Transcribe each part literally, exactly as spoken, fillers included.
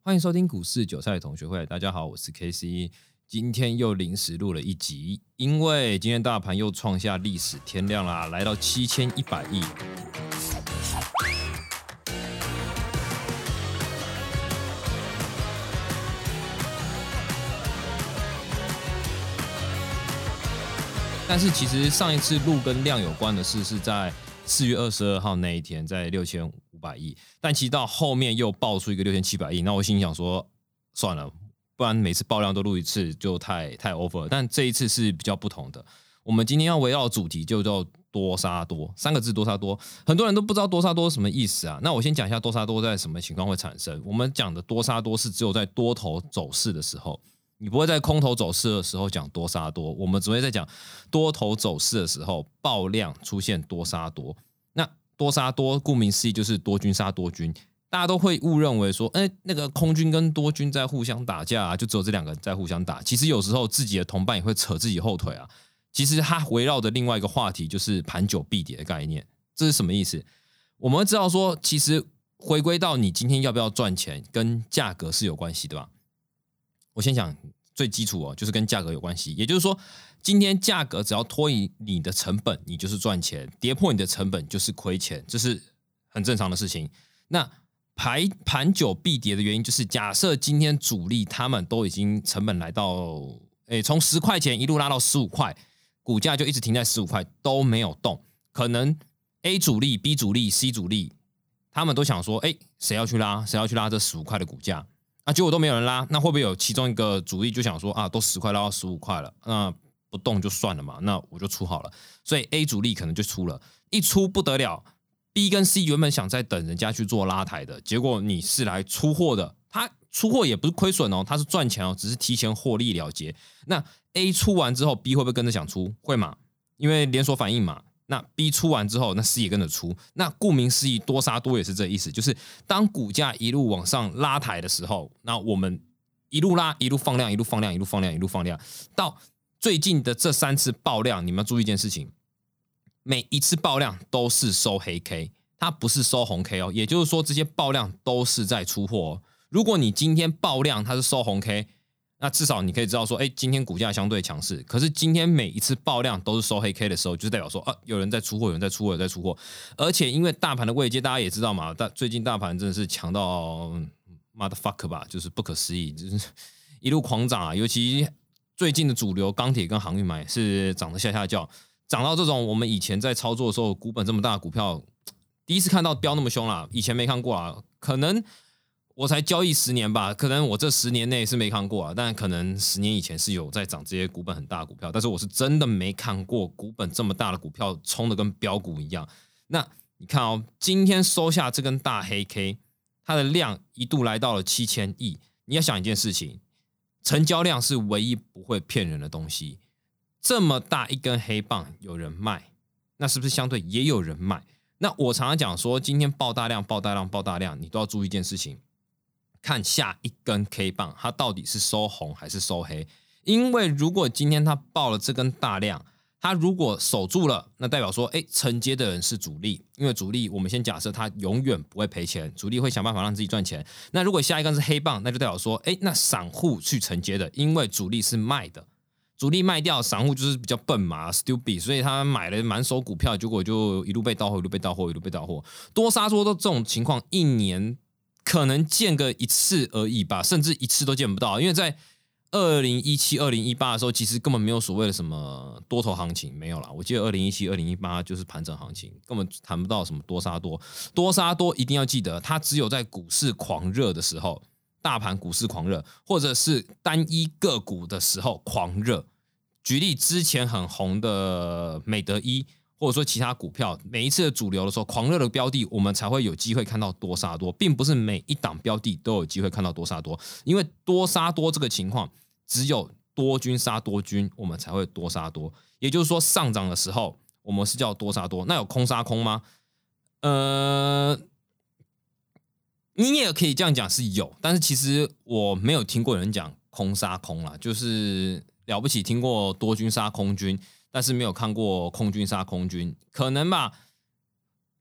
欢迎收听股市韭菜同学会，大家好，我是 K C。今天又临时录了一集，因为今天大盘又创下历史天量啦，来到七千一百亿。但是其实上一次录跟量有关的事是在四月二十二号那一天，在六千五百亿，但其实到后面又爆出一个六千七百亿，那我心里想说，算了，不然每次爆量都录一次就太太 over 了。但这一次是比较不同的。我们今天要围绕的主题就叫多杀多，三个字多杀多，很多人都不知道多杀多是什么意思啊。那我先讲一下多杀多在什么情况会产生。我们讲的多杀多是只有在多头走势的时候。你不会在空头走势的时候讲多杀多，我们只会在讲多头走势的时候爆量出现多杀多。那多杀多顾名思义就是多军杀多军，大家都会误认为说，哎，那个空军跟多军在互相打架啊，就只有这两个人在互相打。其实有时候自己的同伴也会扯自己后腿啊。其实它围绕的另外一个话题就是盘久必跌的概念，这是什么意思？我们会知道说，其实回归到你今天要不要赚钱，跟价格是有关系的吧？我先讲最基础哦，就是跟价格有关系。也就是说，今天价格只要脱离你的成本，你就是赚钱；跌破你的成本就是亏钱，这是很正常的事情。那盘盘久必跌的原因，就是假设今天主力他们都已经成本来到，诶，从十块钱一路拉到十五块，股价就一直停在十五块都没有动。可能 A 主力、B 主力、C 主力，他们都想说，诶，谁要去拉？谁要去拉这十五块的股价？啊，结果都没有人拉，那会不会有其中一个主力就想说啊，都十块拉到十五块了，那不动就算了嘛，那我就出好了。所以 A 主力可能就出了，一出不得了 ，B 跟 C 原本想再等人家去做拉抬的，结果你是来出货的，他出货也不是亏损哦，他是赚钱哦，只是提前获利了结。那 A 出完之后 ，B 会不会跟着想出？会嘛？因为连锁反应嘛。那 B 出完之后，那 C 也跟着出。那顾名思义，多杀多也是这意思，就是当股价一路往上拉抬的时候，那我们一路拉，一路放量，一路放量，一路放量，一路放量，到最近的这三次爆量，你们要注意一件事情，每一次爆量都是收黑 K， 它不是收红 K 哦，也就是说这些爆量都是在出货哦。如果你今天爆量它是收红 K，那至少你可以知道说，哎，今天股价相对强势。可是今天每一次爆量都是收黑 K 的时候，就是代表说，啊，有人在出货，有人在出货，有人在出货。而且因为大盘的位阶，大家也知道嘛，但最近大盘真的是强到 motherfucker 吧，就是不可思议，就是一路狂涨啊。尤其最近的主流钢铁跟航运嘛，也是涨得下下叫，涨到这种我们以前在操作的时候，股本这么大的股票，第一次看到飙那么凶啦，以前没看过啊，可能。我才交易十年吧，可能我这十年内是没看过啊，但可能十年以前是有在涨这些股本很大的股票，但是我是真的没看过股本这么大的股票冲的跟标股一样。那你看哦，今天收下这根大黑 K， 它的量一度来到了七千亿。你要想一件事情，成交量是唯一不会骗人的东西。这么大一根黑棒有人卖，那是不是相对也有人卖？那我常常讲说，今天爆大量、爆大量、爆大量，你都要注意一件事情。看下一根 K 棒，它到底是收红还是收黑？因为如果今天它爆了这根大量，它如果守住了，那代表说，哎，承接的人是主力，因为主力我们先假设它永远不会赔钱，主力会想办法让自己赚钱。那如果下一根是黑棒，那就代表说，哎，那散户去承接的，因为主力是卖的，主力卖掉，散户就是比较笨嘛 ，stupid， 所以他买了满手股票，结果就一路被到货，一路被到货，一路被到货，多杀多都这种情况，一年。可能见个一次而已吧，甚至一次都见不到。因为在二零一七、二零一八的时候，其实根本没有所谓的什么多头行情，没有啦。我记得二零一七、二零一八就是盘整行情，根本谈不到什么多杀多。多杀多一定要记得，它只有在股市狂热的时候，大盘股市狂热，或者是单一个股的时候狂热。举例之前很红的美德一。或者说其他股票，每一次的主流的时候，狂热的标的，我们才会有机会看到多杀多，并不是每一档标的都有机会看到多杀多，因为多杀多这个情况，只有多军杀多军，我们才会多杀多。也就是说，上涨的时候，我们是叫多杀多，那有空杀空吗？呃，你也可以这样讲是有，但是其实我没有听过有人讲空杀空啦，就是了不起听过多军杀空军。但是没有看过空军杀空军，可能吧？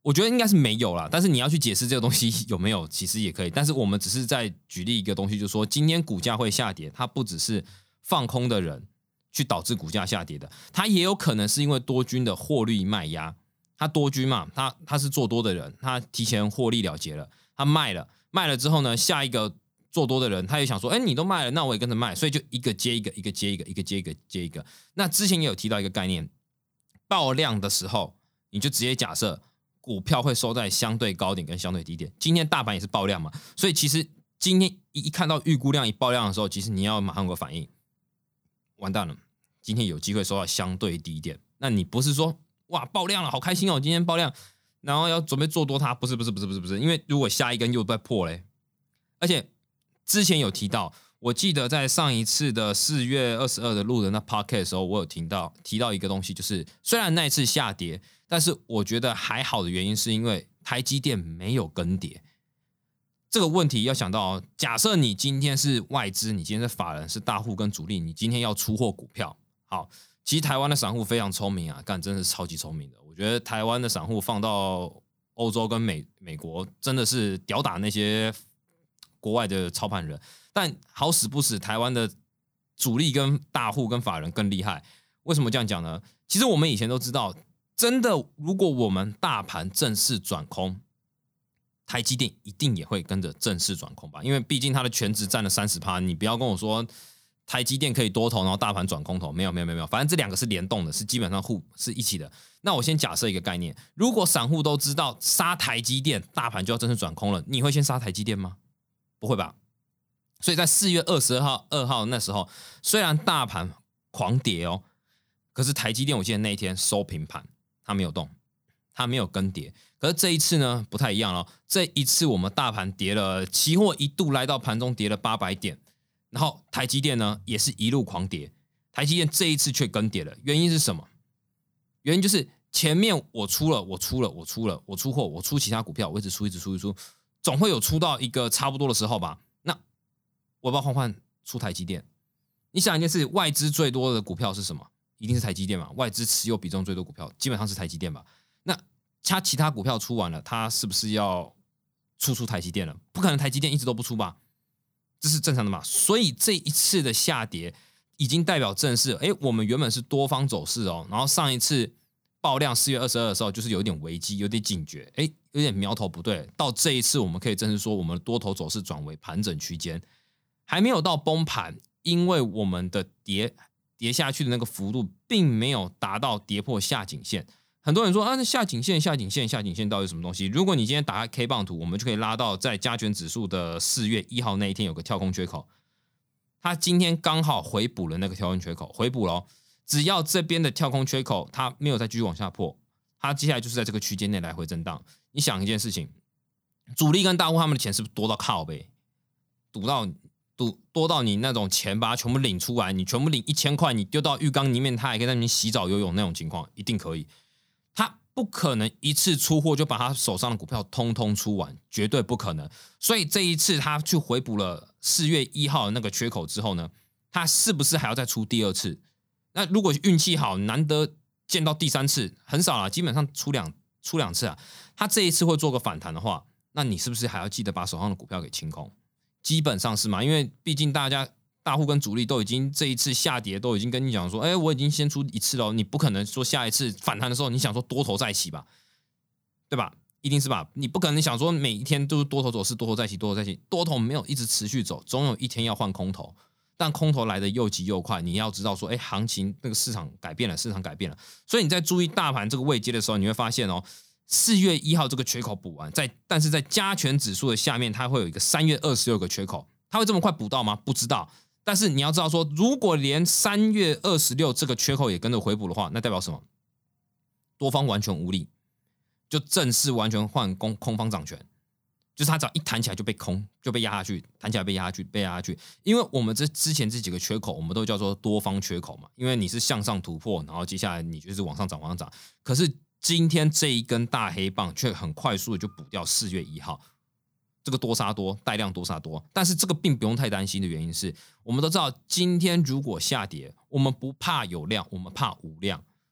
我觉得应该是没有啦，但是你要去解释这个东西有没有，其实也可以。但是我们只是在举例一个东西，就是说今天股价会下跌，它不只是放空的人去导致股价下跌的，它也有可能是因为多军的获利卖压。他多军嘛，他他是做多的人，他提前获利了结了，他卖了，卖了之后呢，下一个做多的人，他也想说，哎，你都卖了，那我也跟着卖，所以就一个接一个，一个接一个，一个接一个，接一个。那之前也有提到一个概念，爆量的时候，你就直接假设股票会收在相对高点跟相对低点。今天大盘也是爆量嘛，所以其实今天一看到预估量一爆量的时候，其实你要马上有个反应，完蛋了，今天有机会收到相对低点。那你不是说哇爆量了，好开心哦，今天爆量，然后要准备做多它？不是不是不是不是不是，因为如果下一根又在破嘞，而且之前有提到，我记得在上一次的四月二十二的录的那 podcast 的时候，我有听到提到一个东西，就是虽然那一次下跌，但是我觉得还好的原因是因为台积电没有跟跌。这个问题要想到哦，假设你今天是外资，你今天是法人，是大户跟主力，你今天要出货股票，好。其实台湾的散户非常聪明啊，干真的是超级聪明的。我觉得台湾的散户放到欧洲跟美美国，真的是屌打那些国外的操盘人。但好死不死，台湾的主力跟大户跟法人更厉害。为什么这样讲呢？其实我们以前都知道，真的，如果我们大盘正式转空，台积电一定也会跟着正式转空吧？因为毕竟它的全值占了 百分之三十， 你不要跟我说台积电可以多头，然后大盘转空头，没有没有没有，反正这两个是联动的，是基本上互是一起的。那我先假设一个概念，如果散户都知道杀台积电，大盘就要正式转空了，你会先杀台积电吗？不会吧。所以在四月二十二号二号那时候，虽然大盘狂跌哦，可是台积电我记得那一天收平盘，它没有动，它没有跟跌。可是这一次呢不太一样了，这一次我们大盘跌了，期货一度来到盘中跌了八百点。然后台积电呢也是一路狂跌，台积电这一次却跟跌了，原因是什么？原因就是前面我出了，我出了，我出了，我出货，我出其他股票，我一直出，一直出，一直出，总会有出到一个差不多的时候吧？那我要不要换换出台积电？你想一件事，外资最多的股票是什么？一定是台积电嘛？外资持有比重最多股票基本上是台积电吧？那它其他股票出完了，它是不是要出出台积电了？不可能台积电一直都不出吧？这是正常的嘛？所以这一次的下跌已经代表正式，哎，我们原本是多方走势哦，然后上一次爆量四月二十二的时候，就是有一点危机，有点警觉，哎，有点苗头不对。到这一次，我们可以正式说，我们的多头走势转为盘整区间，还没有到崩盘，因为我们的跌跌下去的那个幅度，并没有达到跌破下颈线。很多人说啊，那下颈线、下颈线、下颈线到底是什么东西？如果你今天打开 K 棒图，我们就可以拉到在加权指数的四月一号那一天有个跳空缺口，它今天刚好回补了那个跳空缺口，回补了哦。只要这边的跳空缺口它没有再继续往下破，它接下来就是在这个区间内来回震荡。你想一件事情，主力跟大户他们的钱是不是多到靠背，赌到赌多到你那种钱把它全部领出来，你全部领一千块，你丢到浴缸里面，它还可以在那边洗澡游泳那种情况，一定可以。他不可能一次出货就把他手上的股票通通出完，绝对不可能。所以这一次他去回补了四月一号的那个缺口之后呢，他是不是还要再出第二次？那如果运气好，难得见到第三次，很少啦，基本上出两出两次啊。他这一次会做个反弹的话，那你是不是还要记得把手上的股票给清空？基本上是嘛，因为毕竟大家。大户跟主力都已经这一次下跌都已经跟你讲说，哎，我已经先出一次了，你不可能说下一次反弹的时候你想说多头再起吧，对吧？一定是吧？你不可能想说每一天都是多头走势，多头再起，多头再起，多头没有一直持续走，总有一天要换空头，但空头来的又急又快，你要知道说，哎，行情那个市场改变了，市场改变了，所以你在注意大盘这个位阶的时候，你会发现哦，四月一号这个缺口补完，在但是在加权指数的下面，它会有一个三月二十六个缺口，它会这么快补到吗？不知道。但是你要知道说，如果连三月二十六这个缺口也跟着回补的话，那代表什么？多方完全无力，就正式完全换空空方掌权，就是它只要一弹起来就被空，就被压下去，弹起来被压下去，被压下去。因为我们这之前这几个缺口，我们都叫做多方缺口嘛，因为你是向上突破，然后接下来你就是往上涨，往上涨。可是今天这一根大黑棒却很快速的就补掉四月一号。这个多杀多，带量多杀多，但是这个并不用太担心的原因是，我们都知道，今天如果下跌，我们不怕有量，我们怕无量。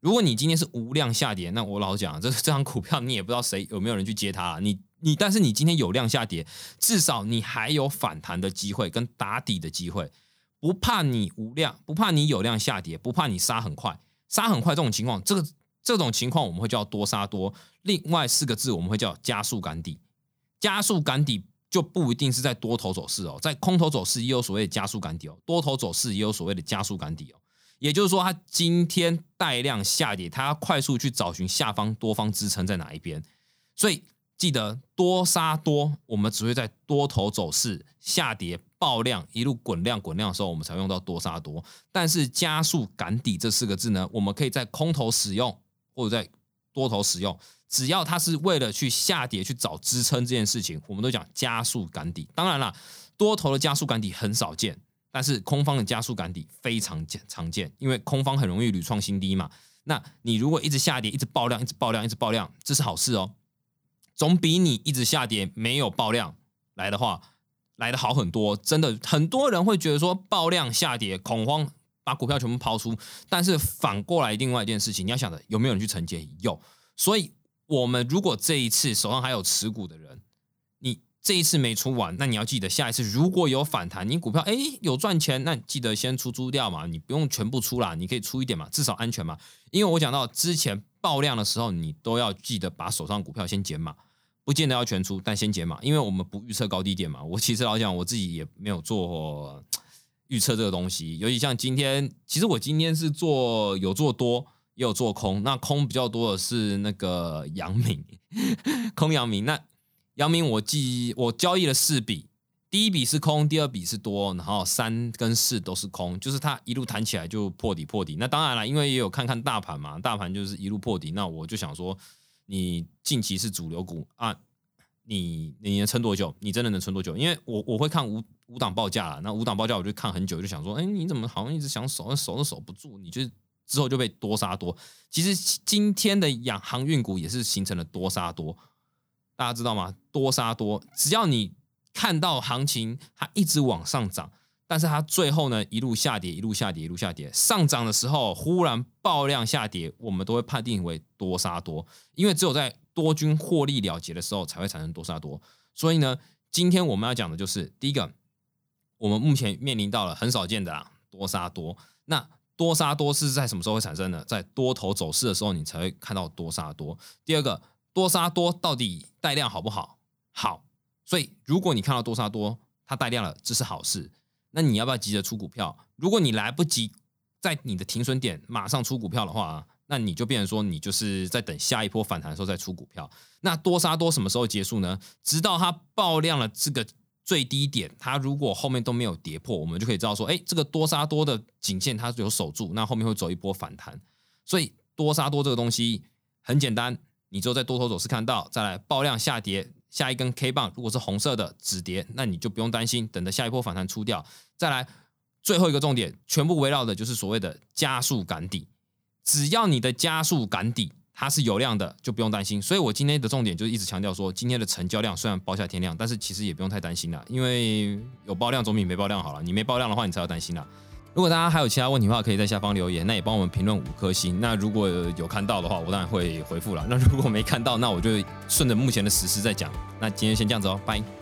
如果你今天是无量下跌，那我老讲，这这张股票你也不知道谁有没有人去接它啦。你你，但是你今天有量下跌，至少你还有反弹的机会跟打底的机会，不怕你无量，不怕你有量下跌，不怕你杀很快，杀很快这种情况，这个这种情况我们会叫多杀多。另外四个字我们会叫加速赶底，加速赶底就不一定是在多头走势哦，在空头走势也有所谓的加速赶底哦，多头走势也有所谓的加速赶底哦。也就是说，它今天带量下跌，它要快速去找寻下方多方支撑在哪一边。所以记得多杀多，我们只会在多头走势下跌爆量一路滚量滚量的时候，我们才用到多杀多。但是加速赶底这四个字呢，我们可以在空头使用或者在多头使用，只要它是为了去下跌去找支撑这件事情，我们都讲加速赶底。当然啦，多头的加速赶底很少见。但是空方的加速赶底非常常见，因为空方很容易屡创新低嘛。那你如果一直下跌，一直爆量，一直爆量，一直爆量，这是好事哦，总比你一直下跌没有爆量来的话来的好很多。真的，很多人会觉得说爆量下跌恐慌，把股票全部抛出。但是反过来，另外一件事情，你要想的有没有人去承接？有。所以我们如果这一次手上还有持股的人，你这一次没出完，那你要记得下一次如果有反弹，你股票哎有赚钱，那你记得先出租掉嘛，你不用全部出啦，你可以出一点嘛，至少安全嘛。因为我讲到之前爆量的时候，你都要记得把手上股票先减码，不见得要全出，但先减码，因为我们不预测高低点嘛。我其实老讲我自己也没有做预测这个东西，尤其像今天，其实我今天是做有做多也有做空，那空比较多的是那个阳明，空阳明那。阳明我记我交易了四笔，第一笔是空，第二笔是多，然后三跟四都是空，就是它一路弹起来就破底破底。那当然了，因为也有看看大盘嘛，大盘就是一路破底，那我就想说，你近期是主流股啊，你你能撑多久？你真的能撑多久？因为我我会看五五档报价啦，那五档报价我就看很久，就想说，哎，你怎么好像一直想守，守都守不住，你就之后就被多杀多。其实今天的养航运股也是形成了多杀多。大家知道吗？多杀多，只要你看到行情它一直往上涨，但是它最后呢一路下跌，一路下跌，一路下跌。上涨的时候忽然爆量下跌，我们都会判定为多杀多，因为只有在多军获利了结的时候才会产生多杀多。所以呢，今天我们要讲的就是第一个，我们目前面临到了很少见的啦多杀多。那多杀多是在什么时候会产生呢？在多头走势的时候，你才会看到多杀多。第二个。多杀多到底带量好不好？好，所以如果你看到多杀多，它带量了，这是好事。那你要不要急着出股票？如果你来不及在你的停损点马上出股票的话，那你就变成说你就是在等下一波反弹的时候再出股票。那多杀多什么时候结束呢？直到它爆量了这个最低点，它如果后面都没有跌破，我们就可以知道说，哎，这个多杀多的颈线它有守住，那后面会走一波反弹。所以多杀多这个东西很简单。你只有在多头走势看到，再来爆量下跌，下一根 K 棒如果是红色的止跌，那你就不用担心，等着下一波反弹出掉。再来最后一个重点，全部围绕的就是所谓的加速赶底。只要你的加速赶底它是有量的，就不用担心。所以我今天的重点就是一直强调说，今天的成交量虽然包下天量，但是其实也不用太担心啦，因为有爆量总比没爆量好了。你没爆量的话，你才要担心啦。如果大家还有其他问题的话，可以在下方留言，那也帮我们评论五颗星。那如果有看到的话，我当然会回复了。那如果没看到，那我就顺着目前的时事在讲。那今天先这样子哦，拜。